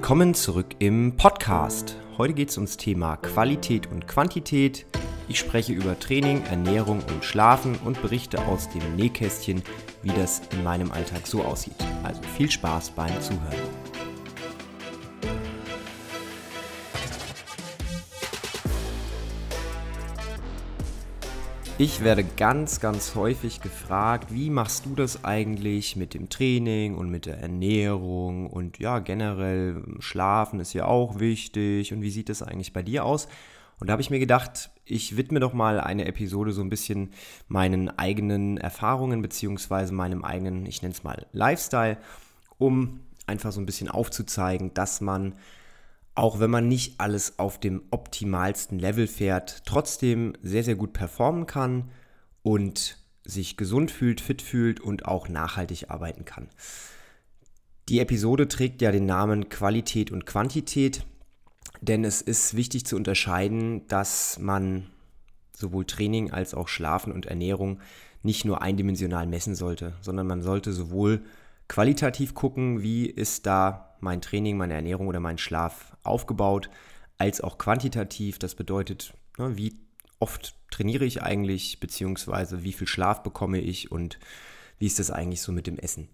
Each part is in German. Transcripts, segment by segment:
Willkommen zurück im Podcast. Heute geht es ums Thema Qualität und Quantität. Ich spreche über Training, Ernährung und Schlafen und berichte aus dem Nähkästchen, wie das in meinem Alltag so aussieht. Also viel Spaß beim Zuhören. Ich werde ganz häufig gefragt, wie machst du das eigentlich mit dem Training und mit der Ernährung und ja, generell Schlafen ist ja auch wichtig und wie sieht das eigentlich bei dir aus? Und da habe ich mir gedacht, ich widme doch mal eine Episode so ein bisschen meinen eigenen Erfahrungen beziehungsweise meinem eigenen, ich nenne es mal Lifestyle, um einfach so ein bisschen aufzuzeigen, dass man, auch wenn man nicht alles auf dem optimalsten Level fährt, trotzdem sehr gut performen kann und sich gesund fühlt, fit fühlt und auch nachhaltig arbeiten kann. Die Episode trägt ja den Namen Qualität und Quantität, denn es ist wichtig zu unterscheiden, dass man sowohl Training als auch Schlafen und Ernährung nicht nur eindimensional messen sollte, sondern man sollte sowohl qualitativ gucken, wie ist da mein Training, meine Ernährung oder mein Schlaf aufgebaut, als auch quantitativ. Das bedeutet, wie oft trainiere ich eigentlich, beziehungsweise wie viel Schlaf bekomme ich und wie ist das eigentlich so mit dem Essen.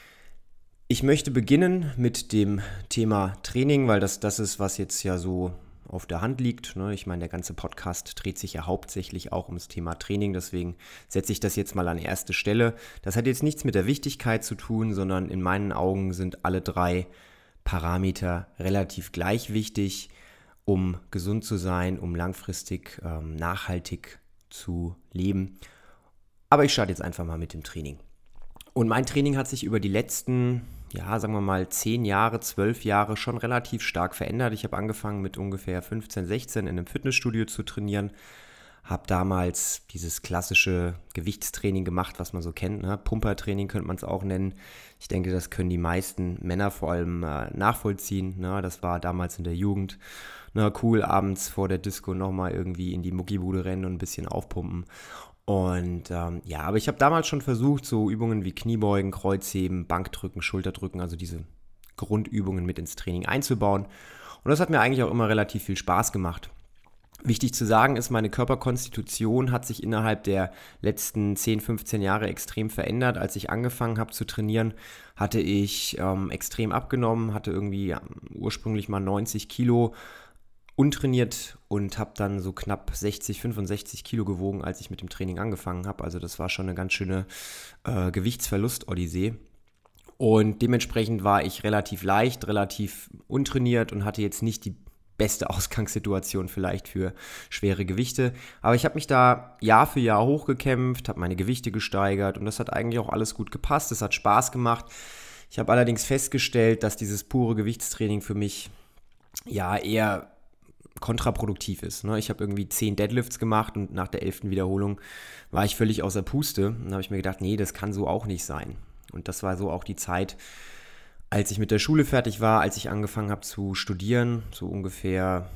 Ich möchte beginnen mit dem Thema Training, weil das ist, was jetzt ja so auf der Hand liegt. Ich meine, der ganze Podcast dreht sich ja hauptsächlich auch ums Thema Training, deswegen setze ich das jetzt mal an erste Stelle. Das hat jetzt nichts mit der Wichtigkeit zu tun, sondern in meinen Augen sind alle drei Parameter relativ gleich wichtig, um gesund zu sein, um langfristig nachhaltig zu leben. Aber ich starte jetzt einfach mal mit dem Training. Und mein Training hat sich über die letzten, sagen wir mal 10 Jahre, 12 Jahre schon relativ stark verändert. Ich habe angefangen mit ungefähr 15, 16 in einem Fitnessstudio zu trainieren. Habe damals dieses klassische Gewichtstraining gemacht, was man so kennt. Pumpertraining könnte man es auch nennen. Ich denke, das können die meisten Männer vor allem nachvollziehen. Das war damals in der Jugend. Cool, abends vor der Disco nochmal irgendwie in die Muckibude rennen und ein bisschen aufpumpen. Und aber ich habe damals schon versucht, so Übungen wie Kniebeugen, Kreuzheben, Bankdrücken, Schulterdrücken, also diese Grundübungen mit ins Training einzubauen. Und das hat mir eigentlich auch immer relativ viel Spaß gemacht. Wichtig zu sagen ist, meine Körperkonstitution hat sich innerhalb der letzten 10, 15 Jahre extrem verändert. Als ich angefangen habe zu trainieren, hatte ich extrem abgenommen, hatte irgendwie ursprünglich mal 90 Kilo untrainiert und habe dann so knapp 60, 65 Kilo gewogen, als ich mit dem Training angefangen habe. Also das war schon eine ganz schöne Gewichtsverlust-Odyssee. Und dementsprechend war ich relativ leicht, relativ untrainiert und hatte jetzt nicht die beste Ausgangssituation vielleicht für schwere Gewichte. Aber ich habe mich da Jahr für Jahr hochgekämpft, habe meine Gewichte gesteigert und das hat eigentlich auch alles gut gepasst. Es hat Spaß gemacht. Ich habe allerdings festgestellt, dass dieses pure Gewichtstraining für mich eher kontraproduktiv ist. Ich habe irgendwie 10 Deadlifts gemacht und nach der 11. Wiederholung war ich völlig außer Puste. Und da habe ich mir gedacht, nee, das kann so auch nicht sein. Und das war so auch die Zeit, als ich mit der Schule fertig war, als ich angefangen habe zu studieren, so ungefähr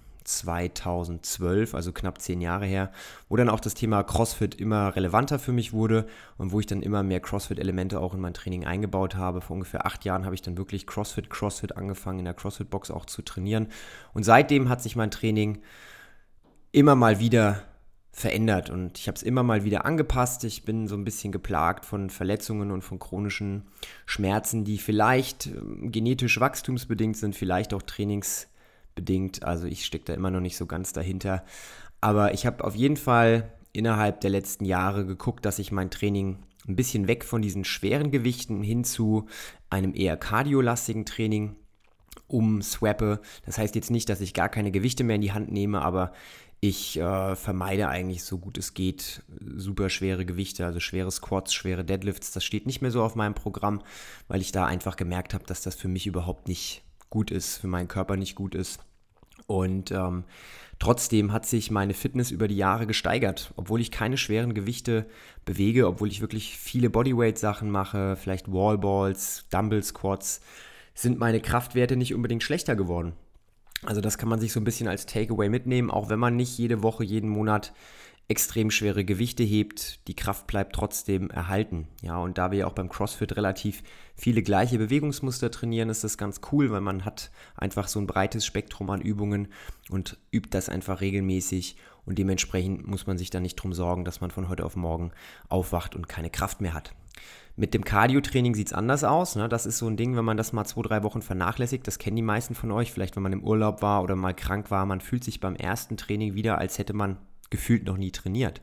2012, also knapp 10 Jahre her, wo dann auch das Thema CrossFit immer relevanter für mich wurde und wo ich dann immer mehr CrossFit-Elemente auch in mein Training eingebaut habe. Vor ungefähr 8 Jahren habe ich dann wirklich CrossFit angefangen, in der CrossFit-Box auch zu trainieren. Und seitdem hat sich mein Training immer mal wieder verändert und ich habe es immer mal wieder angepasst. Ich bin so ein bisschen geplagt von Verletzungen und von chronischen Schmerzen, die vielleicht genetisch wachstumsbedingt sind, vielleicht auch trainingsbedingt. Also ich stecke da immer noch nicht so ganz dahinter. Aber ich habe auf jeden Fall innerhalb der letzten Jahre geguckt, dass ich mein Training ein bisschen weg von diesen schweren Gewichten hin zu einem eher kardiolastigen Training umswappe. Das heißt jetzt nicht, dass ich gar keine Gewichte mehr in die Hand nehme, aber ich vermeide eigentlich so gut es geht super schwere Gewichte, also schwere Squats, schwere Deadlifts. Das steht nicht mehr so auf meinem Programm, weil ich da einfach gemerkt habe, dass das für mich überhaupt nicht gut ist, für meinen Körper nicht gut ist. Und trotzdem hat sich meine Fitness über die Jahre gesteigert, obwohl ich keine schweren Gewichte bewege, obwohl ich wirklich viele Bodyweight-Sachen mache, vielleicht Wallballs, Dumbbell Squats, sind meine Kraftwerte nicht unbedingt schlechter geworden. Also das kann man sich so ein bisschen als Takeaway mitnehmen, auch wenn man nicht jede Woche, jeden Monat extrem schwere Gewichte hebt, die Kraft bleibt trotzdem erhalten. Ja, und da wir ja auch beim CrossFit relativ viele gleiche Bewegungsmuster trainieren, ist das ganz cool, weil man hat einfach so ein breites Spektrum an Übungen und übt das einfach regelmäßig und dementsprechend muss man sich da nicht drum sorgen, dass man von heute auf morgen aufwacht und keine Kraft mehr hat. Mit dem Cardio-Training sieht es anders aus. Ne? Das ist so ein Ding, wenn man das mal 2-3 Wochen vernachlässigt, das kennen die meisten von euch, vielleicht wenn man im Urlaub war oder mal krank war, man fühlt sich beim ersten Training wieder, als hätte man gefühlt noch nie trainiert.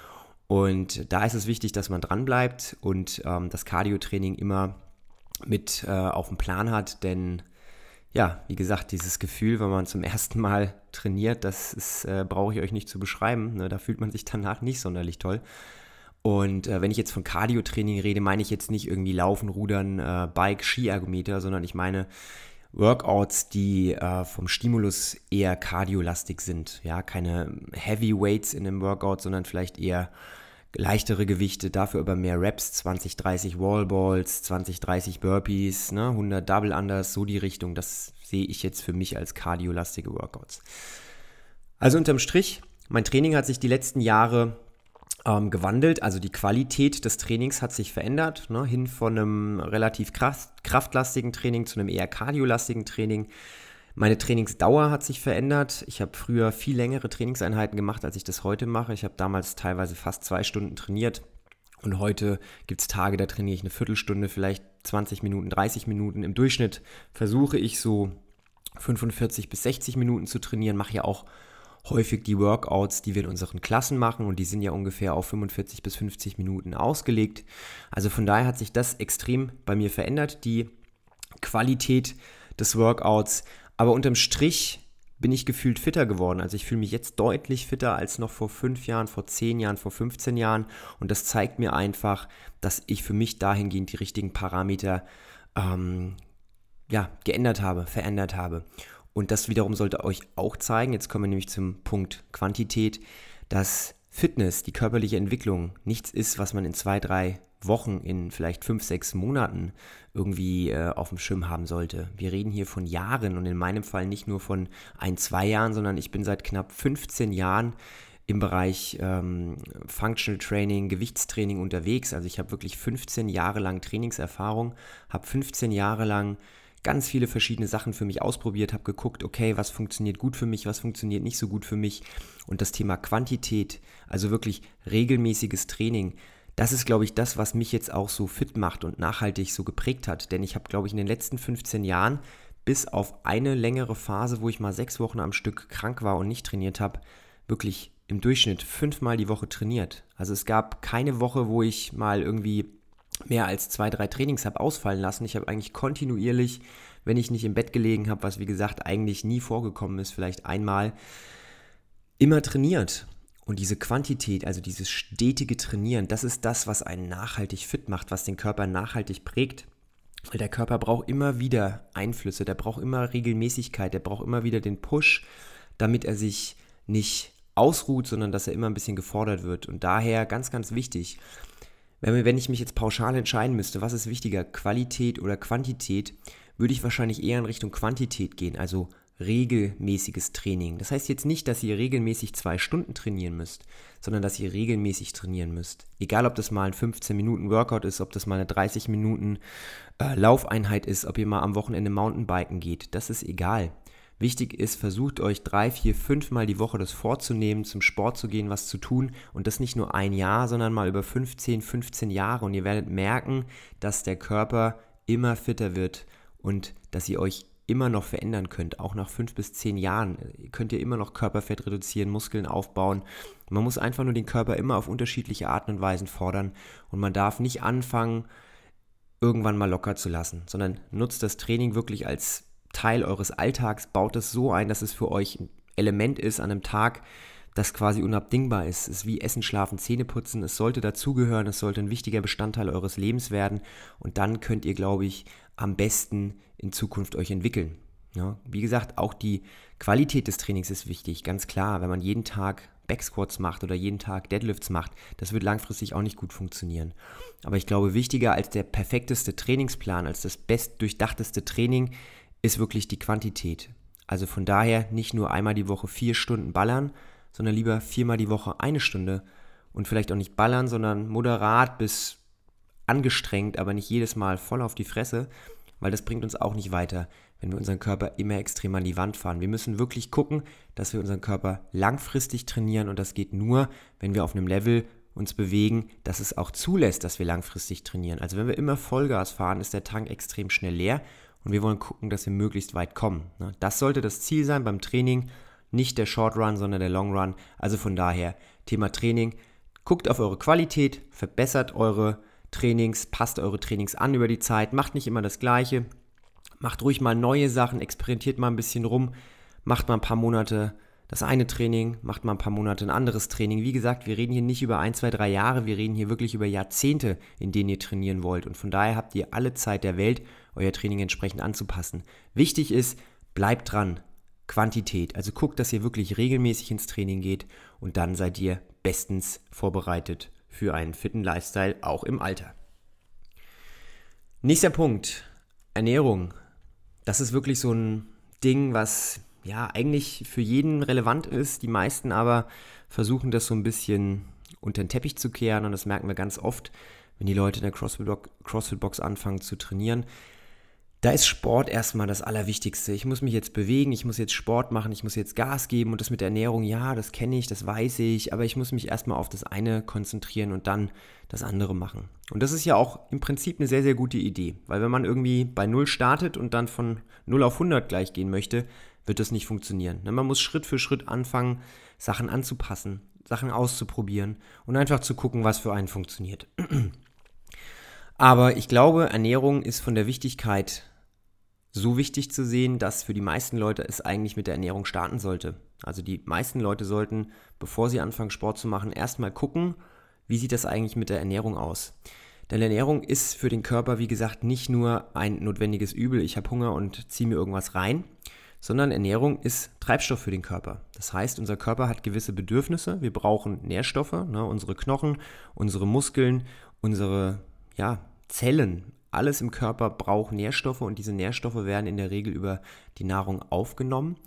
Und da ist es wichtig, dass man dran bleibt und das Cardio-Training immer mit auf dem Plan hat, denn ja, wie gesagt, dieses Gefühl, wenn man zum ersten Mal trainiert, das brauche ich euch nicht zu beschreiben, ne? Da fühlt man sich danach nicht sonderlich toll. Und wenn ich jetzt von Cardio-Training rede, meine ich jetzt nicht irgendwie Laufen, Rudern, Bike, Skiergometer, sondern ich meine Workouts, die vom Stimulus eher kardiolastig sind. Ja, keine Heavy Weights in dem Workout, sondern vielleicht eher leichtere Gewichte, dafür aber mehr Reps, 20, 30 Wallballs, 20, 30 Burpees, ne, 100 Double Unders, so die Richtung. Das sehe ich jetzt für mich als kardiolastige Workouts. Also unterm Strich, mein Training hat sich die letzten Jahre gewandelt, also die Qualität des Trainings hat sich verändert, ne, hin von einem relativ kraftlastigen Training zu einem eher kardiolastigen Training. Meine Trainingsdauer hat sich verändert. Ich habe früher viel längere Trainingseinheiten gemacht, als ich das heute mache. Ich habe damals teilweise fast 2 Stunden trainiert und heute gibt es Tage, da trainiere ich eine Viertelstunde, vielleicht 20 Minuten, 30 Minuten. Im Durchschnitt versuche ich so 45 bis 60 Minuten zu trainieren, mache ja auch häufig die Workouts, die wir in unseren Klassen machen und die sind ja ungefähr auf 45 bis 50 Minuten ausgelegt. Also von daher hat sich das extrem bei mir verändert, die Qualität des Workouts. Aber unterm Strich bin ich gefühlt fitter geworden. Also ich fühle mich jetzt deutlich fitter als noch vor 5 Jahren, vor 10 Jahren, vor 15 Jahren und das zeigt mir einfach, dass ich für mich dahingehend die richtigen Parameter geändert habe, verändert habe. Und das wiederum sollte euch auch zeigen, jetzt kommen wir nämlich zum Punkt Quantität, dass Fitness, die körperliche Entwicklung, nichts ist, was man in 2-3 Wochen, in vielleicht 5-6 Monaten irgendwie auf dem Schirm haben sollte. Wir reden hier von Jahren und in meinem Fall nicht nur von 1-2 Jahren, sondern ich bin seit knapp 15 Jahren im Bereich Functional Training, Gewichtstraining unterwegs. Also ich habe wirklich 15 Jahre lang Trainingserfahrung, habe 15 Jahre lang ganz viele verschiedene Sachen für mich ausprobiert, habe geguckt, okay, was funktioniert gut für mich, was funktioniert nicht so gut für mich. Und das Thema Quantität, also wirklich regelmäßiges Training, das ist, glaube ich, das, was mich jetzt auch so fit macht und nachhaltig so geprägt hat. Denn ich habe, glaube ich, in den letzten 15 Jahren bis auf eine längere Phase, wo ich mal 6 Wochen am Stück krank war und nicht trainiert habe, wirklich im Durchschnitt 5-mal die Woche trainiert. Also es gab keine Woche, wo ich mal irgendwie mehr als 2-3 Trainings habe ausfallen lassen. Ich habe eigentlich kontinuierlich, wenn ich nicht im Bett gelegen habe, was wie gesagt eigentlich nie vorgekommen ist, vielleicht einmal, immer trainiert. Und diese Quantität, also dieses stetige Trainieren, das ist das, was einen nachhaltig fit macht, was den Körper nachhaltig prägt. Weil der Körper braucht immer wieder Einflüsse, der braucht immer Regelmäßigkeit, der braucht immer wieder den Push, damit er sich nicht ausruht, sondern dass er immer ein bisschen gefordert wird. Und daher ganz, ganz wichtig, wenn ich mich jetzt pauschal entscheiden müsste, was ist wichtiger, Qualität oder Quantität, würde ich wahrscheinlich eher in Richtung Quantität gehen, also regelmäßiges Training. Das heißt jetzt nicht, dass ihr regelmäßig 2 Stunden trainieren müsst, sondern dass ihr regelmäßig trainieren müsst. Egal, ob das mal ein 15 Minuten Workout ist, ob das mal eine 30 Minuten Laufeinheit ist, ob ihr mal am Wochenende Mountainbiken geht, das ist egal. Wichtig ist, versucht euch 3, 4, 5 Mal die Woche das vorzunehmen, zum Sport zu gehen, was zu tun und das nicht nur ein Jahr, sondern mal über 15 Jahre und ihr werdet merken, dass der Körper immer fitter wird und dass ihr euch immer noch verändern könnt, auch nach 5 bis 10 Jahren könnt ihr immer noch Körperfett reduzieren, Muskeln aufbauen. Man muss einfach nur den Körper immer auf unterschiedliche Arten und Weisen fordern und man darf nicht anfangen, irgendwann mal locker zu lassen, sondern nutzt das Training wirklich als Teil eures Alltags, baut es so ein, dass es für euch ein Element ist an einem Tag, das quasi unabdingbar ist. Es ist wie Essen, Schlafen, Zähneputzen. Es sollte dazugehören, es sollte ein wichtiger Bestandteil eures Lebens werden und dann könnt ihr, glaube ich, am besten in Zukunft euch entwickeln. Ja, wie gesagt, auch die Qualität des Trainings ist wichtig, ganz klar. Wenn man jeden Tag Backsquats macht oder jeden Tag Deadlifts macht, das wird langfristig auch nicht gut funktionieren. Aber ich glaube, wichtiger als der perfekteste Trainingsplan, als das bestdurchdachteste Training, ist wirklich die Quantität. Also von daher nicht nur einmal die Woche 4 Stunden ballern, sondern lieber 4-mal die Woche 1 Stunde und vielleicht auch nicht ballern, sondern moderat bis angestrengt, aber nicht jedes Mal voll auf die Fresse, weil das bringt uns auch nicht weiter, wenn wir unseren Körper immer extrem an die Wand fahren. Wir müssen wirklich gucken, dass wir unseren Körper langfristig trainieren und das geht nur, wenn wir auf einem Level uns bewegen, dass es auch zulässt, dass wir langfristig trainieren. Also wenn wir immer Vollgas fahren, ist der Tank extrem schnell leer und wir wollen gucken, dass wir möglichst weit kommen. Das sollte das Ziel sein beim Training, nicht der Short Run, sondern der Long Run. Also von daher, Thema Training, guckt auf eure Qualität, verbessert eure Trainings, passt eure Trainings an über die Zeit, macht nicht immer das Gleiche, macht ruhig mal neue Sachen, experimentiert mal ein bisschen rum, macht mal ein paar Monate das eine Training, macht mal ein paar Monate ein anderes Training. Wie gesagt, wir reden hier nicht über 1, 2, 3 Jahre, wir reden hier wirklich über Jahrzehnte, in denen ihr trainieren wollt. Und von daher habt ihr alle Zeit der Welt, euer Training entsprechend anzupassen. Wichtig ist, bleibt dran, Quantität. Also guckt, dass ihr wirklich regelmäßig ins Training geht und dann seid ihr bestens vorbereitet für einen fitten Lifestyle, auch im Alter. Nächster Punkt, Ernährung. Das ist wirklich so ein Ding, was ja eigentlich für jeden relevant ist. Die meisten aber versuchen das so ein bisschen unter den Teppich zu kehren und das merken wir ganz oft, wenn die Leute in der CrossFit-Box anfangen zu trainieren. Da ist Sport erstmal das Allerwichtigste. Ich muss mich jetzt bewegen, ich muss jetzt Sport machen, ich muss jetzt Gas geben und das mit der Ernährung, ja, das kenne ich, das weiß ich, aber ich muss mich erstmal auf das eine konzentrieren und dann das andere machen. Und das ist ja auch im Prinzip eine sehr, sehr gute Idee, weil wenn man irgendwie bei 0 startet und dann von 0 auf 100 gleich gehen möchte, wird das nicht funktionieren. Man muss Schritt für Schritt anfangen, Sachen anzupassen, Sachen auszuprobieren und einfach zu gucken, was für einen funktioniert. Aber ich glaube, Ernährung ist von der Wichtigkeit so wichtig zu sehen, dass für die meisten Leute es eigentlich mit der Ernährung starten sollte. Also die meisten Leute sollten, bevor sie anfangen Sport zu machen, erstmal gucken, wie sieht das eigentlich mit der Ernährung aus. Denn Ernährung ist für den Körper, wie gesagt, nicht nur ein notwendiges Übel, ich habe Hunger und ziehe mir irgendwas rein, sondern Ernährung ist Treibstoff für den Körper. Das heißt, unser Körper hat gewisse Bedürfnisse, wir brauchen Nährstoffe, unsere Knochen, unsere Muskeln, unsere Zellen, alles im Körper braucht Nährstoffe und diese Nährstoffe werden in der Regel über die Nahrung aufgenommen.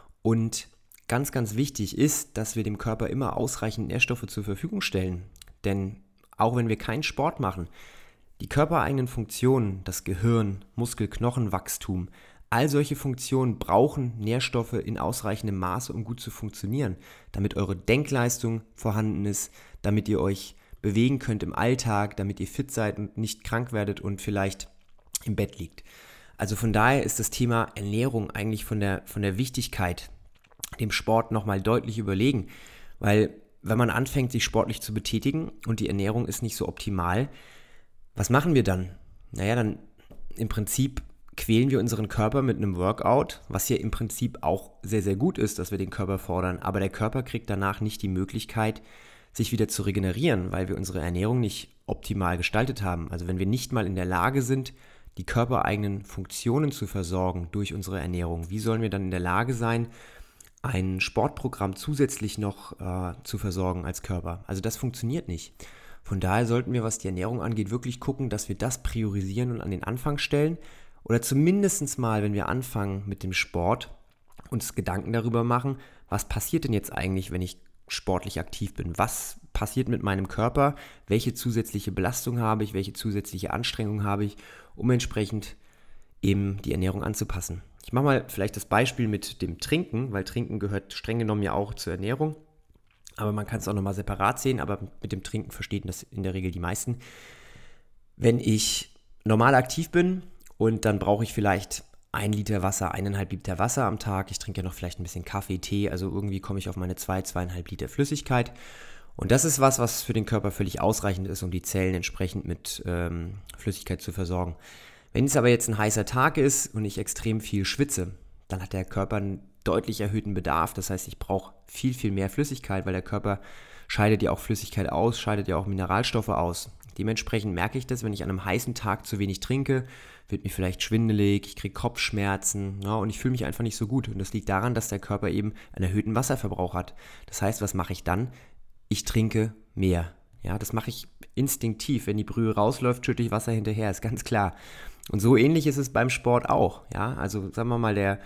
Und ganz, ganz wichtig ist, dass wir dem Körper immer ausreichend Nährstoffe zur Verfügung stellen. Denn auch wenn wir keinen Sport machen, die körpereigenen Funktionen, das Gehirn, Muskel-Knochenwachstum, all solche Funktionen brauchen Nährstoffe in ausreichendem Maße, um gut zu funktionieren, damit eure Denkleistung vorhanden ist, damit ihr euch bewegen könnt im Alltag, damit ihr fit seid und nicht krank werdet und vielleicht im Bett liegt. Also von daher ist das Thema Ernährung eigentlich von der Wichtigkeit dem Sport nochmal deutlich überlegen, weil wenn man anfängt, sich sportlich zu betätigen und die Ernährung ist nicht so optimal, was machen wir dann? Dann im Prinzip quälen wir unseren Körper mit einem Workout, was ja im Prinzip auch sehr, sehr gut ist, dass wir den Körper fordern, aber der Körper kriegt danach nicht die Möglichkeit, sich wieder zu regenerieren, weil wir unsere Ernährung nicht optimal gestaltet haben. Also wenn wir nicht mal in der Lage sind, die körpereigenen Funktionen zu versorgen durch unsere Ernährung, wie sollen wir dann in der Lage sein, ein Sportprogramm zusätzlich noch zu versorgen als Körper? Also das funktioniert nicht. Von daher sollten wir, was die Ernährung angeht, wirklich gucken, dass wir das priorisieren und an den Anfang stellen oder zumindest mal, wenn wir anfangen mit dem Sport, uns Gedanken darüber machen, was passiert denn jetzt eigentlich, wenn ich sportlich aktiv bin? Was passiert mit meinem Körper? Welche zusätzliche Belastung habe ich? Welche zusätzliche Anstrengung habe ich, um entsprechend eben die Ernährung anzupassen? Ich mache mal vielleicht das Beispiel mit dem Trinken, weil Trinken gehört streng genommen ja auch zur Ernährung. Aber man kann es auch nochmal separat sehen, aber mit dem Trinken verstehen das in der Regel die meisten. Wenn ich normal aktiv bin und dann brauche ich vielleicht 1 Liter Wasser, 1,5 Liter Wasser am Tag. Ich trinke ja noch vielleicht ein bisschen Kaffee, Tee, also irgendwie komme ich auf meine 2,5 Liter Flüssigkeit. Und das ist was für den Körper völlig ausreichend ist, um die Zellen entsprechend mit Flüssigkeit zu versorgen. Wenn es aber jetzt ein heißer Tag ist und ich extrem viel schwitze, dann hat der Körper einen deutlich erhöhten Bedarf. Das heißt, ich brauche viel, viel mehr Flüssigkeit, weil der Körper scheidet ja auch Flüssigkeit aus, scheidet ja auch Mineralstoffe aus. Dementsprechend merke ich das, wenn ich an einem heißen Tag zu wenig trinke, wird mir vielleicht schwindelig, ich kriege Kopfschmerzen und ich fühle mich einfach nicht so gut. Und das liegt daran, dass der Körper eben einen erhöhten Wasserverbrauch hat. Das heißt, was mache ich dann? Ich trinke mehr. Ja, das mache ich instinktiv. Wenn die Brühe rausläuft, schütte ich Wasser hinterher, ist ganz klar. Und so ähnlich ist es beim Sport auch. Ja, also sagen wir mal, der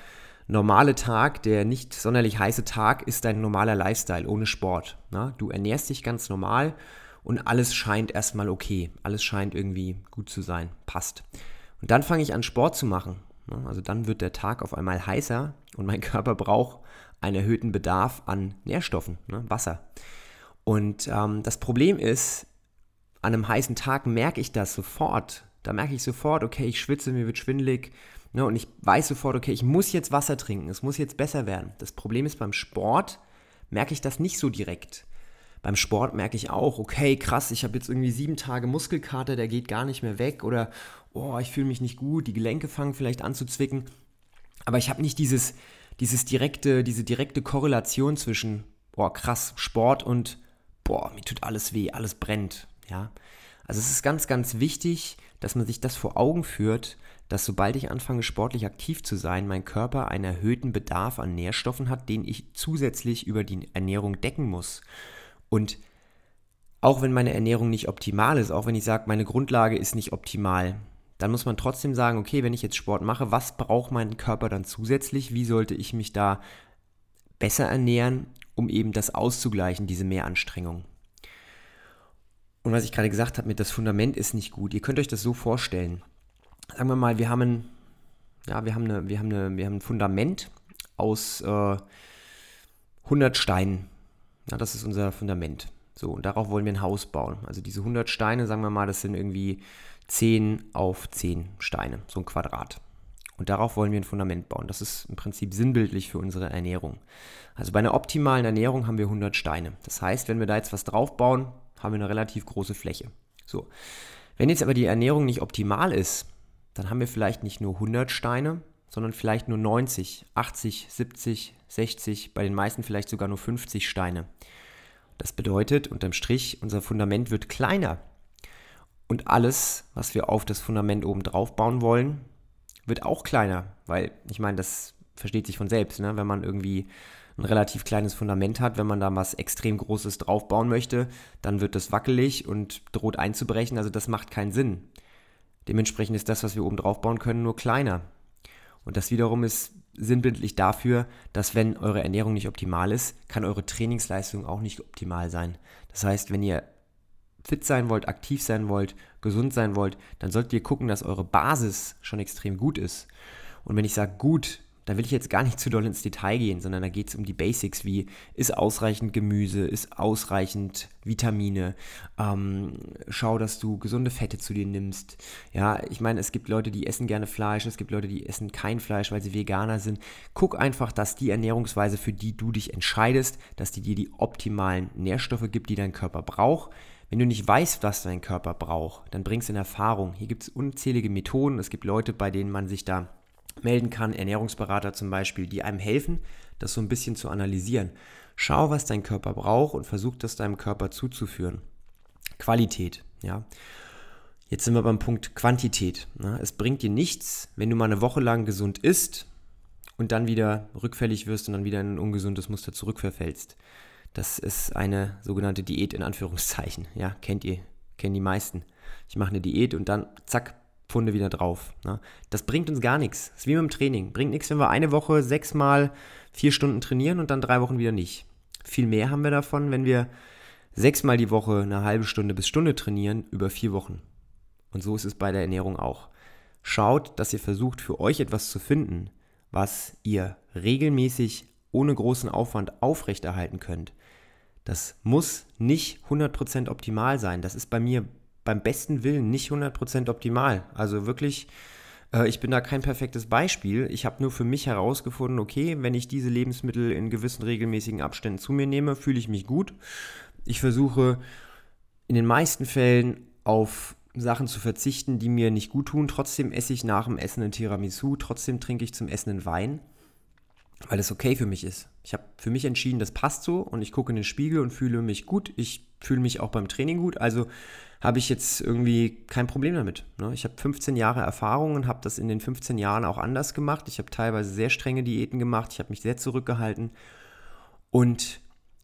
normale Tag, der nicht sonderlich heiße Tag, ist dein normaler Lifestyle ohne Sport. Na? Du ernährst dich ganz normal und alles scheint erstmal okay. Alles scheint irgendwie gut zu sein, passt. Und dann fange ich an, Sport zu machen. Also dann wird der Tag auf einmal heißer und mein Körper braucht einen erhöhten Bedarf an Nährstoffen, Wasser. Und das Problem ist, an einem heißen Tag merke ich das sofort. Da merke ich sofort, okay, ich schwitze, mir wird schwindelig. Und ich weiß sofort, okay, ich muss jetzt Wasser trinken, es muss jetzt besser werden. Das Problem ist, beim Sport merke ich das nicht so direkt. Beim Sport merke ich auch, okay, krass, ich habe jetzt irgendwie 7 Tage Muskelkater, der geht gar nicht mehr weg. Oder, ich fühle mich nicht gut, die Gelenke fangen vielleicht an zu zwicken. Aber ich habe nicht diese direkte Korrelation zwischen, krass, Sport und, mir tut alles weh, alles brennt. Ja? Also es ist ganz, ganz wichtig, dass man sich das vor Augen führt, dass sobald ich anfange, sportlich aktiv zu sein, mein Körper einen erhöhten Bedarf an Nährstoffen hat, den ich zusätzlich über die Ernährung decken muss. Und auch wenn meine Ernährung nicht optimal ist, auch wenn ich sage, meine Grundlage ist nicht optimal, dann muss man trotzdem sagen, okay, wenn ich jetzt Sport mache, was braucht mein Körper dann zusätzlich? Wie sollte ich mich da besser ernähren, um eben das auszugleichen, diese Mehranstrengung? Und was ich gerade gesagt habe, mit das Fundament ist nicht gut. Ihr könnt euch das so vorstellen. Sagen wir mal, wir haben ein Fundament aus 100 Steinen. Ja, das ist unser Fundament. So, und darauf wollen wir ein Haus bauen. Also diese 100 Steine, sagen wir mal, das sind irgendwie 10 auf 10 Steine, so ein Quadrat. Und darauf wollen wir ein Fundament bauen. Das ist im Prinzip sinnbildlich für unsere Ernährung. Also bei einer optimalen Ernährung haben wir 100 Steine. Das heißt, wenn wir da jetzt was drauf bauen, haben wir eine relativ große Fläche. So. Wenn jetzt aber die Ernährung nicht optimal ist, dann haben wir vielleicht nicht nur 100 Steine, sondern vielleicht nur 90, 80, 70, 60, bei den meisten vielleicht sogar nur 50 Steine. Das bedeutet, unterm Strich, unser Fundament wird kleiner. Und alles, was wir auf das Fundament oben drauf bauen wollen, wird auch kleiner. Weil, ich meine, das versteht sich von selbst, ne? Wenn man irgendwie ein relativ kleines Fundament hat, wenn man da was extrem Großes drauf bauen möchte, dann wird das wackelig und droht einzubrechen. Also das macht keinen Sinn. Dementsprechend ist das, was wir oben drauf bauen können, nur kleiner. Und das wiederum ist sinnbildlich dafür, dass wenn eure Ernährung nicht optimal ist, kann eure Trainingsleistung auch nicht optimal sein. Das heißt, wenn ihr fit sein wollt, aktiv sein wollt, gesund sein wollt, dann solltet ihr gucken, dass eure Basis schon extrem gut ist. Und wenn ich sage gut, da will ich jetzt gar nicht zu doll ins Detail gehen, sondern da geht es um die Basics wie, ist ausreichend Gemüse, ist ausreichend Vitamine, schau, dass du gesunde Fette zu dir nimmst. Ja, ich meine, es gibt Leute, die essen gerne Fleisch, es gibt Leute, die essen kein Fleisch, weil sie Veganer sind. Guck einfach, dass die Ernährungsweise, für die du dich entscheidest, dass die dir die optimalen Nährstoffe gibt, die dein Körper braucht. Wenn du nicht weißt, was dein Körper braucht, dann bringst du in Erfahrung. Hier gibt es unzählige Methoden, es gibt Leute, bei denen man sich da melden kann, Ernährungsberater zum Beispiel, die einem helfen, das so ein bisschen zu analysieren. Schau, was dein Körper braucht und versuch das deinem Körper zuzuführen. Qualität, ja. Jetzt sind wir beim Punkt Quantität. Ne? Es bringt dir nichts, wenn du mal eine Woche lang gesund isst und dann wieder rückfällig wirst und dann wieder in ein ungesundes Muster zurückverfällst. Das ist eine sogenannte Diät in Anführungszeichen. Ja, kennen die meisten. Ich mache eine Diät und dann zack, Pfunde wieder drauf. Ne? Das bringt uns gar nichts. Das ist wie mit dem Training. Bringt nichts, wenn wir eine Woche 6 mal 4 Stunden trainieren und dann 3 Wochen wieder nicht. Viel mehr haben wir davon, wenn wir 6 mal die Woche eine halbe Stunde bis Stunde trainieren über 4 Wochen. Und so ist es bei der Ernährung auch. Schaut, dass ihr versucht, für euch etwas zu finden, was ihr regelmäßig ohne großen Aufwand aufrechterhalten könnt. Das muss nicht 100% optimal sein. Das ist bei mir beim besten Willen nicht 100% optimal. Also wirklich, ich bin da kein perfektes Beispiel. Ich habe nur für mich herausgefunden, okay, wenn ich diese Lebensmittel in gewissen regelmäßigen Abständen zu mir nehme, fühle ich mich gut. Ich versuche in den meisten Fällen auf Sachen zu verzichten, die mir nicht gut tun. Trotzdem esse ich nach dem Essen ein Tiramisu, trotzdem trinke ich zum Essen einen Wein, weil es okay für mich ist. Ich habe für mich entschieden, das passt so und ich gucke in den Spiegel und fühle mich gut. Ich fühle mich auch beim Training gut, also habe ich jetzt irgendwie kein Problem damit. Ne? Ich habe 15 Jahre Erfahrung und habe das in den 15 Jahren auch anders gemacht. Ich habe teilweise sehr strenge Diäten gemacht, ich habe mich sehr zurückgehalten und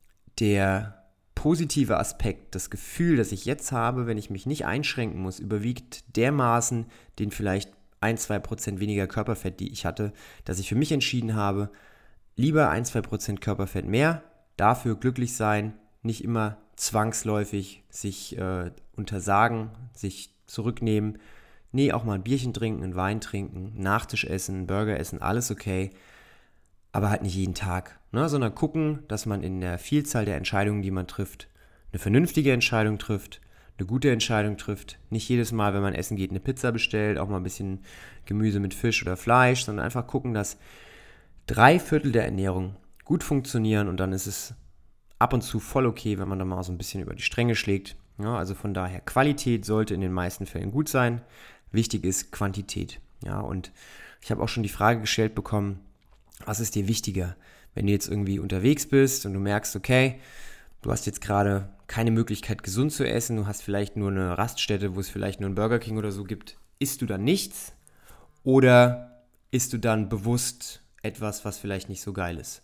der positive Aspekt, das Gefühl, das ich jetzt habe, wenn ich mich nicht einschränken muss, überwiegt dermaßen den vielleicht 1-2% weniger Körperfett, die ich hatte, dass ich für mich entschieden habe, lieber 1-2% Körperfett mehr, dafür glücklich sein, nicht immer zwangsläufig sich untersagen, sich zurücknehmen. Nee, auch mal ein Bierchen trinken, einen Wein trinken, einen Nachtisch essen, einen Burger essen, alles okay. Aber halt nicht jeden Tag, ne? Sondern gucken, dass man in der Vielzahl der Entscheidungen, die man trifft, eine vernünftige Entscheidung trifft, eine gute Entscheidung trifft. Nicht jedes Mal, wenn man essen geht, eine Pizza bestellt, auch mal ein bisschen Gemüse mit Fisch oder Fleisch, sondern einfach gucken, dass 3/4 der Ernährung gut funktionieren und dann ist es ab und zu voll okay, wenn man da mal so ein bisschen über die Stränge schlägt. Ja, also von daher, Qualität sollte in den meisten Fällen gut sein. Wichtig ist Quantität. Ja, und ich habe auch schon die Frage gestellt bekommen, was ist dir wichtiger, wenn du jetzt irgendwie unterwegs bist und du merkst, okay, du hast jetzt gerade keine Möglichkeit, gesund zu essen, du hast vielleicht nur eine Raststätte, wo es vielleicht nur einen Burger King oder so gibt, isst du dann nichts oder isst du dann bewusst etwas, was vielleicht nicht so geil ist?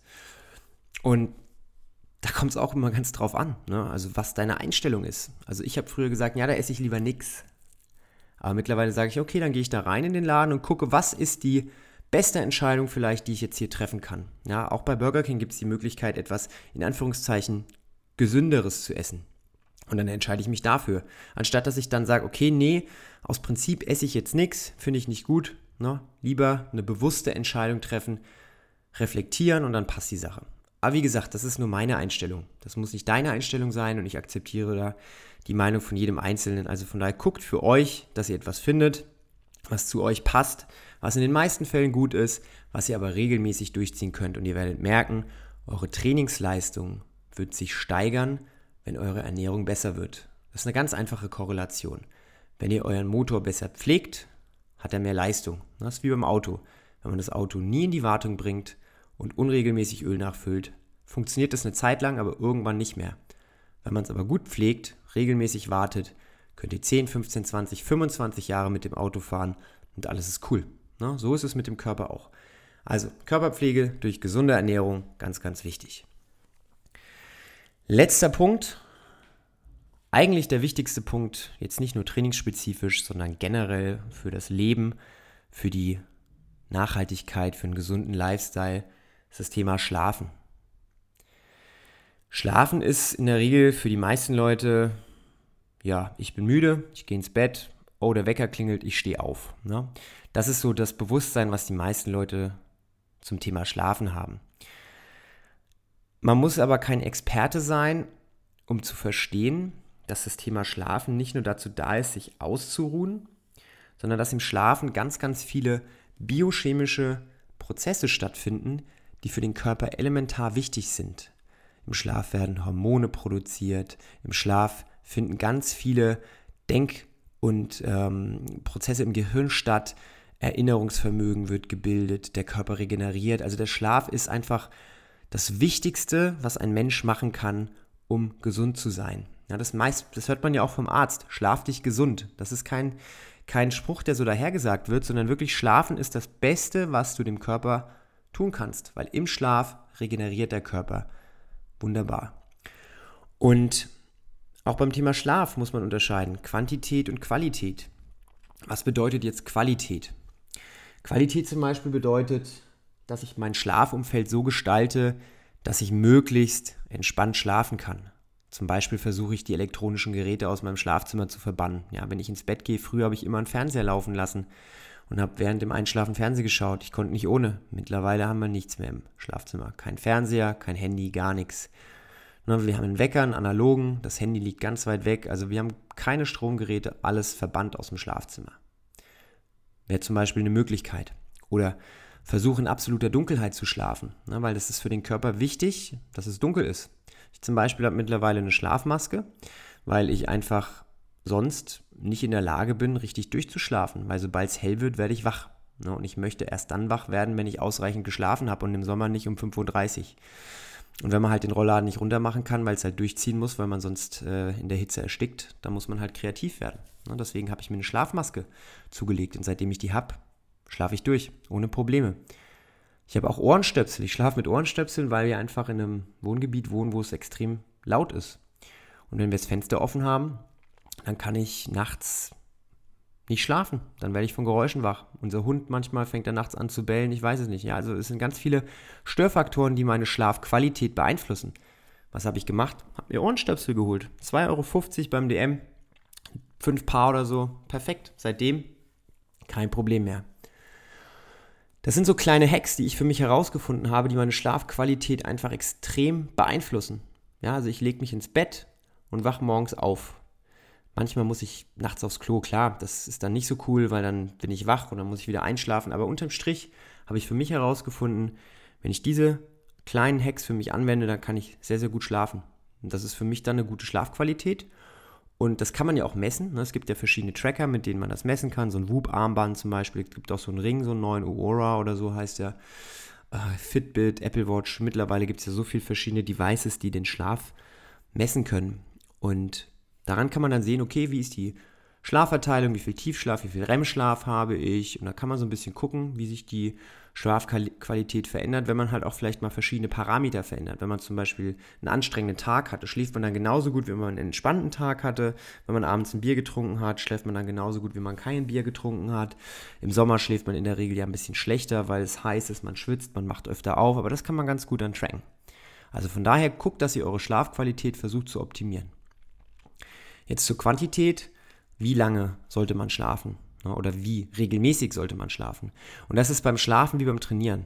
Und da kommt es auch immer ganz drauf an, ne? Also was deine Einstellung ist. Also ich habe früher gesagt, ja, da esse ich lieber nix. Aber mittlerweile sage ich, okay, dann gehe ich da rein in den Laden und gucke, was ist die beste Entscheidung vielleicht, die ich jetzt hier treffen kann. Ja, auch bei Burger King gibt es die Möglichkeit, etwas in Anführungszeichen Gesünderes zu essen. Und dann entscheide ich mich dafür. Anstatt dass ich dann sage, okay, nee, aus Prinzip esse ich jetzt nichts, finde ich nicht gut. Ne? Lieber eine bewusste Entscheidung treffen, reflektieren und dann passt die Sache. Aber wie gesagt, das ist nur meine Einstellung. Das muss nicht deine Einstellung sein und ich akzeptiere da die Meinung von jedem Einzelnen. Also von daher guckt für euch, dass ihr etwas findet, was zu euch passt, was in den meisten Fällen gut ist, was ihr aber regelmäßig durchziehen könnt. Und ihr werdet merken, eure Trainingsleistung wird sich steigern, wenn eure Ernährung besser wird. Das ist eine ganz einfache Korrelation. Wenn ihr euren Motor besser pflegt, hat er mehr Leistung. Das ist wie beim Auto. Wenn man das Auto nie in die Wartung bringt und unregelmäßig Öl nachfüllt, funktioniert das eine Zeit lang, aber irgendwann nicht mehr. Wenn man es aber gut pflegt, regelmäßig wartet, könnt ihr 10, 15, 20, 25 Jahre mit dem Auto fahren und alles ist cool. Ne? So ist es mit dem Körper auch. Also Körperpflege durch gesunde Ernährung, ganz, ganz wichtig. Letzter Punkt, eigentlich der wichtigste Punkt, jetzt nicht nur trainingsspezifisch, sondern generell für das Leben, für die Nachhaltigkeit, für einen gesunden Lifestyle, ist das Thema Schlafen. Schlafen ist in der Regel für die meisten Leute, ja, ich bin müde, ich gehe ins Bett, oh, der Wecker klingelt, ich stehe auf. Ne? Das ist so das Bewusstsein, was die meisten Leute zum Thema Schlafen haben. Man muss aber kein Experte sein, um zu verstehen, dass das Thema Schlafen nicht nur dazu da ist, sich auszuruhen, sondern dass im Schlafen ganz, ganz viele biochemische Prozesse stattfinden, die für den Körper elementar wichtig sind. Im Schlaf werden Hormone produziert, im Schlaf finden ganz viele Denk- und Prozesse im Gehirn statt, Erinnerungsvermögen wird gebildet, der Körper regeneriert. Also der Schlaf ist einfach das Wichtigste, was ein Mensch machen kann, um gesund zu sein. Ja, das hört man ja auch vom Arzt. Schlaf dich gesund. Das ist kein Spruch, der so dahergesagt wird, sondern wirklich Schlafen ist das Beste, was du dem Körper tun kannst. Weil im Schlaf regeneriert der Körper wunderbar. Und auch beim Thema Schlaf muss man unterscheiden. Quantität und Qualität. Was bedeutet jetzt Qualität? Qualität zum Beispiel bedeutet, dass ich mein Schlafumfeld so gestalte, dass ich möglichst entspannt schlafen kann. Zum Beispiel versuche ich, die elektronischen Geräte aus meinem Schlafzimmer zu verbannen. Ja, wenn ich ins Bett gehe, früher habe ich immer einen Fernseher laufen lassen und habe während dem Einschlafen Fernsehen geschaut. Ich konnte nicht ohne. Mittlerweile haben wir nichts mehr im Schlafzimmer. Kein Fernseher, kein Handy, gar nichts. Wir haben einen Wecker, einen analogen, das Handy liegt ganz weit weg. Also wir haben keine Stromgeräte, alles verbannt aus dem Schlafzimmer. Wäre zum Beispiel eine Möglichkeit. Oder versuche in absoluter Dunkelheit zu schlafen, ne, weil das ist für den Körper wichtig, dass es dunkel ist. Ich zum Beispiel habe mittlerweile eine Schlafmaske, weil ich einfach sonst nicht in der Lage bin, richtig durchzuschlafen, weil sobald es hell wird, werde ich wach. Ne, und ich möchte erst dann wach werden, wenn ich ausreichend geschlafen habe und im Sommer nicht um 5:30 Uhr. Und wenn man halt den Rollladen nicht runter machen kann, weil es halt durchziehen muss, weil man sonst in der Hitze erstickt, dann muss man halt kreativ werden. Ne, deswegen habe ich mir eine Schlafmaske zugelegt und seitdem ich die habe, schlafe ich durch, ohne Probleme. Ich habe auch Ohrenstöpsel. Ich schlafe mit Ohrenstöpseln, weil wir einfach in einem Wohngebiet wohnen, wo es extrem laut ist. Und wenn wir das Fenster offen haben, dann kann ich nachts nicht schlafen. Dann werde ich von Geräuschen wach. Unser Hund manchmal fängt er nachts an zu bellen, ich weiß es nicht. Ja, also es sind ganz viele Störfaktoren, die meine Schlafqualität beeinflussen. Was habe ich gemacht? Habe mir Ohrenstöpsel geholt. 2,50 € beim DM, 5 Paar oder so. Perfekt. Seitdem kein Problem mehr. Das sind so kleine Hacks, die ich für mich herausgefunden habe, die meine Schlafqualität einfach extrem beeinflussen. Ja, also ich lege mich ins Bett und wache morgens auf. Manchmal muss ich nachts aufs Klo, klar, das ist dann nicht so cool, weil dann bin ich wach und dann muss ich wieder einschlafen. Aber unterm Strich habe ich für mich herausgefunden, wenn ich diese kleinen Hacks für mich anwende, dann kann ich sehr, sehr gut schlafen. Und das ist für mich dann eine gute Schlafqualität. Und das kann man ja auch messen. Es gibt ja verschiedene Tracker, mit denen man das messen kann. So ein Whoop-Armband zum Beispiel. Es gibt auch so einen Ring, so einen neuen Oura oder so heißt der. Fitbit, Apple Watch. Mittlerweile gibt es ja so viele verschiedene Devices, die den Schlaf messen können. Und daran kann man dann sehen, okay, wie ist die Schlafverteilung, wie viel Tiefschlaf, wie viel REM-Schlaf habe ich. Und da kann man so ein bisschen gucken, wie sich die Schlafqualität verändert, wenn man halt auch vielleicht mal verschiedene Parameter verändert. Wenn man zum Beispiel einen anstrengenden Tag hatte, schläft man dann genauso gut, wie man einen entspannten Tag hatte. Wenn man abends ein Bier getrunken hat, schläft man dann genauso gut, wie man kein Bier getrunken hat. Im Sommer schläft man in der Regel ja ein bisschen schlechter, weil es heiß ist, man schwitzt, man macht öfter auf, aber das kann man ganz gut dann tracken. Also von daher guckt, dass ihr eure Schlafqualität versucht zu optimieren. Jetzt zur Quantität. Wie lange sollte man schlafen? Oder wie regelmäßig sollte man schlafen? Und das ist beim Schlafen wie beim Trainieren.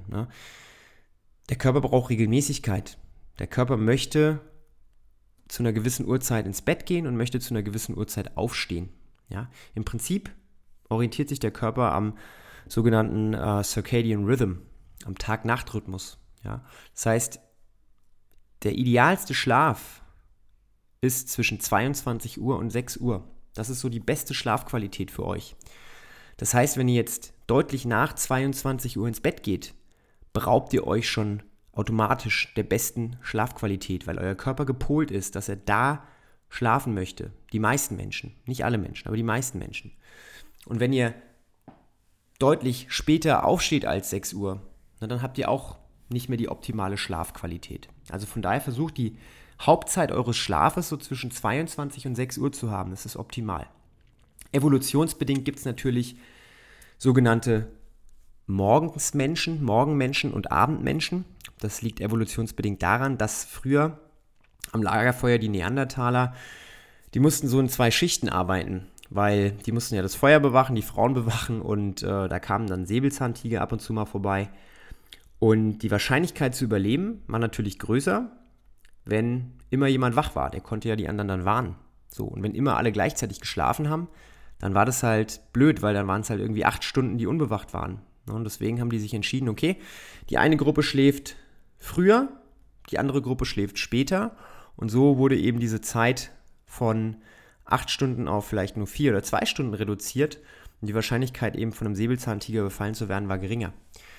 Der Körper braucht Regelmäßigkeit. Der Körper möchte zu einer gewissen Uhrzeit ins Bett gehen und möchte zu einer gewissen Uhrzeit aufstehen. Ja? Im Prinzip orientiert sich der Körper am sogenannten Circadian Rhythm, am Tag-Nacht-Rhythmus. Ja? Das heißt, der idealste Schlaf ist zwischen 22 Uhr und 6 Uhr. Das ist so die beste Schlafqualität für euch. Das heißt, wenn ihr jetzt deutlich nach 22 Uhr ins Bett geht, beraubt ihr euch schon automatisch der besten Schlafqualität, weil euer Körper gepolt ist, dass er da schlafen möchte. Die meisten Menschen, nicht alle Menschen, aber die meisten Menschen. Und wenn ihr deutlich später aufsteht als 6 Uhr, dann habt ihr auch nicht mehr die optimale Schlafqualität. Also von daher versucht die Hauptzeit eures Schlafes so zwischen 22 und 6 Uhr zu haben. Das ist optimal. Evolutionsbedingt gibt es natürlich sogenannte Morgenmenschen und Abendmenschen. Das liegt evolutionsbedingt daran, dass früher am Lagerfeuer die Neandertaler, die mussten so in 2 Schichten arbeiten, weil die mussten ja das Feuer bewachen, die Frauen bewachen und da kamen dann Säbelzahntiger ab und zu mal vorbei. Und die Wahrscheinlichkeit zu überleben war natürlich größer, wenn immer jemand wach war. Der konnte ja die anderen dann warnen. So, und wenn immer alle gleichzeitig geschlafen haben, dann war das halt blöd, weil dann waren es halt irgendwie 8 Stunden, die unbewacht waren. Und deswegen haben die sich entschieden, okay, die eine Gruppe schläft früher, die andere Gruppe schläft später. Und so wurde eben diese Zeit von 8 Stunden auf vielleicht nur 4 oder 2 Stunden reduziert. Und die Wahrscheinlichkeit eben von einem Säbelzahntiger befallen zu werden, war geringer.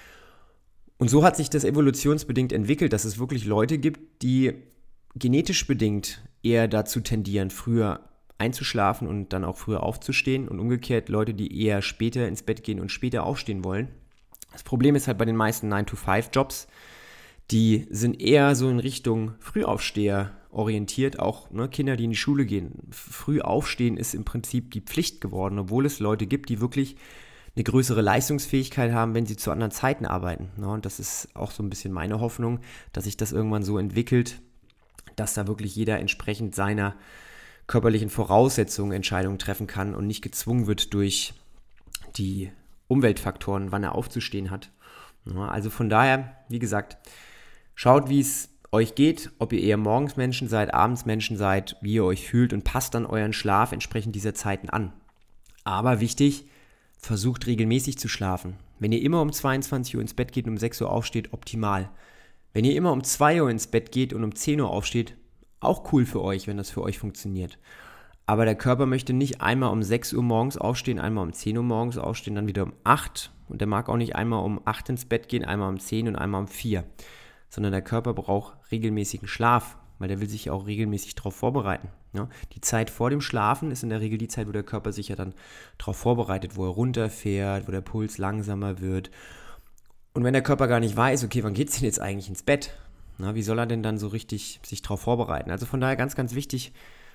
Und so hat sich das evolutionsbedingt entwickelt, dass es wirklich Leute gibt, die genetisch bedingt eher dazu tendieren, früher einzuschlafen und dann auch früher aufzustehen und umgekehrt Leute, die eher später ins Bett gehen und später aufstehen wollen. Das Problem ist halt bei den meisten 9-to-5-Jobs, die sind eher so in Richtung Frühaufsteher orientiert, auch Kinder, die in die Schule gehen. Früh aufstehen ist im Prinzip die Pflicht geworden, obwohl es Leute gibt, die wirklich eine größere Leistungsfähigkeit haben, wenn sie zu anderen Zeiten arbeiten. Und das ist auch so ein bisschen meine Hoffnung, dass sich das irgendwann so entwickelt, dass da wirklich jeder entsprechend seiner körperlichen Voraussetzungen Entscheidungen treffen kann und nicht gezwungen wird durch die Umweltfaktoren, wann er aufzustehen hat. Also von daher, wie gesagt, schaut, wie es euch geht, ob ihr eher morgens Menschen seid, abends Menschen seid, wie ihr euch fühlt und passt dann euren Schlaf entsprechend dieser Zeiten an. Aber wichtig, versucht regelmäßig zu schlafen. Wenn ihr immer um 22 Uhr ins Bett geht und um 6 Uhr aufsteht, optimal. Wenn ihr immer um 2 Uhr ins Bett geht und um 10 Uhr aufsteht, auch cool für euch, wenn das für euch funktioniert. Aber der Körper möchte nicht einmal um 6 Uhr morgens aufstehen, einmal um 10 Uhr morgens aufstehen, dann wieder um 8. Und der mag auch nicht einmal um 8 ins Bett gehen, einmal um 10 und einmal um 4. Sondern der Körper braucht regelmäßigen Schlaf, weil der will sich ja auch regelmäßig darauf vorbereiten. Ja? Die Zeit vor dem Schlafen ist in der Regel die Zeit, wo der Körper sich ja dann darauf vorbereitet, wo er runterfährt, wo der Puls langsamer wird. Und wenn der Körper gar nicht weiß, okay, wann geht es denn jetzt eigentlich ins Bett? Wie soll er denn dann so richtig sich darauf vorbereiten? Also von daher ganz, ganz wichtig,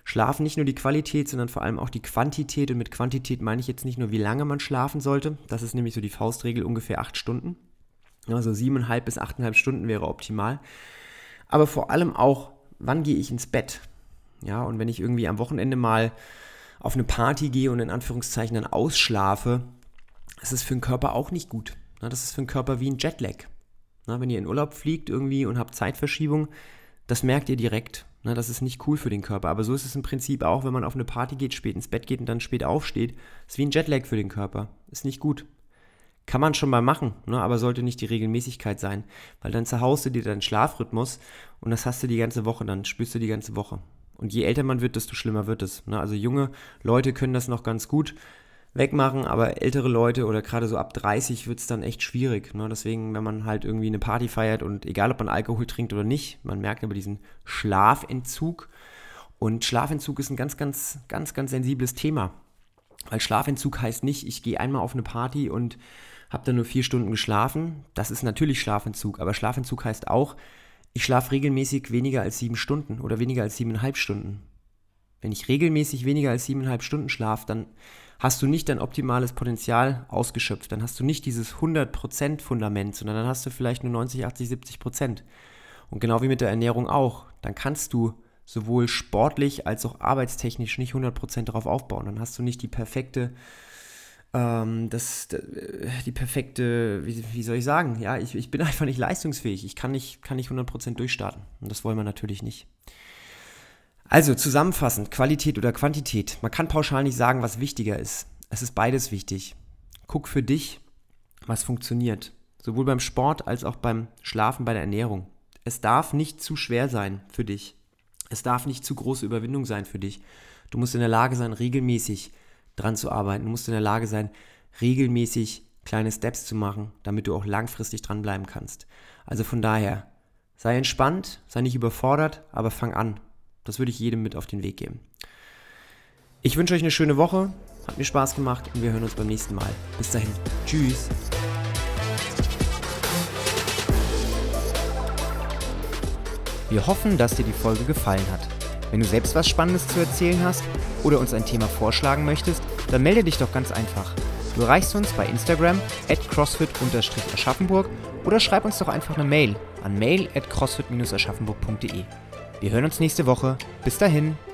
Schlafen nicht nur die Qualität, sondern vor allem auch die Quantität. Und mit Quantität meine ich jetzt nicht nur, wie lange man schlafen sollte. Das ist nämlich so die Faustregel, ungefähr 8 Stunden. Also 7,5 bis 8,5 Stunden wäre optimal. Aber vor allem auch, wann gehe ich ins Bett? Ja, und wenn ich irgendwie am Wochenende mal auf eine Party gehe und in Anführungszeichen dann ausschlafe, das ist für den Körper auch nicht gut. Das ist für den Körper wie ein Jetlag. Wenn ihr in Urlaub fliegt irgendwie und habt Zeitverschiebung, das merkt ihr direkt. Das ist nicht cool für den Körper. Aber so ist es im Prinzip auch, wenn man auf eine Party geht, spät ins Bett geht und dann spät aufsteht. Das ist wie ein Jetlag für den Körper. Ist nicht gut. Kann man schon mal machen, aber sollte nicht die Regelmäßigkeit sein. Weil dann zerhaust du dir deinen Schlafrhythmus und das hast du die ganze Woche, dann spürst du die ganze Woche. Und je älter man wird, desto schlimmer wird es. Also junge Leute können das noch ganz gut wegmachen, aber ältere Leute oder gerade so ab 30 wird es dann echt schwierig. Deswegen, wenn man halt irgendwie eine Party feiert und egal, ob man Alkohol trinkt oder nicht, man merkt aber diesen Schlafentzug. Und Schlafentzug ist ein ganz, ganz, ganz, ganz sensibles Thema. Weil Schlafentzug heißt nicht, ich gehe einmal auf eine Party und habe dann nur 4 Stunden geschlafen. Das ist natürlich Schlafentzug, aber Schlafentzug heißt auch, ich schlafe regelmäßig weniger als 7 Stunden oder weniger als 7,5 Stunden. Wenn ich regelmäßig weniger als 7,5 Stunden schlafe, dann hast du nicht dein optimales Potenzial ausgeschöpft. Dann hast du nicht dieses 100% Fundament, sondern dann hast du vielleicht nur 90, 80, 70%. Und genau wie mit der Ernährung auch. Dann kannst du sowohl sportlich als auch arbeitstechnisch nicht 100% darauf aufbauen. Dann hast du nicht die perfekte, wie soll ich sagen, ja, ich bin einfach nicht leistungsfähig. Ich kann nicht 100% durchstarten. Und das wollen wir natürlich nicht. Also zusammenfassend, Qualität oder Quantität. Man kann pauschal nicht sagen, was wichtiger ist. Es ist beides wichtig. Guck für dich, was funktioniert. Sowohl beim Sport als auch beim Schlafen, bei der Ernährung. Es darf nicht zu schwer sein für dich. Es darf nicht zu große Überwindung sein für dich. Du musst in der Lage sein, regelmäßig dran zu arbeiten. Du musst in der Lage sein, regelmäßig kleine Steps zu machen, damit du auch langfristig dranbleiben kannst. Also von daher, sei entspannt, sei nicht überfordert, aber fang an. Das würde ich jedem mit auf den Weg geben. Ich wünsche euch eine schöne Woche, hat mir Spaß gemacht und wir hören uns beim nächsten Mal. Bis dahin, tschüss. Wir hoffen, dass dir die Folge gefallen hat. Wenn du selbst was Spannendes zu erzählen hast oder uns ein Thema vorschlagen möchtest, dann melde dich doch ganz einfach. Du erreichst uns bei Instagram @crossfit_aschaffenburg oder schreib uns doch einfach eine Mail an mail@crossfit-aschaffenburg.de. Wir hören uns nächste Woche. Bis dahin.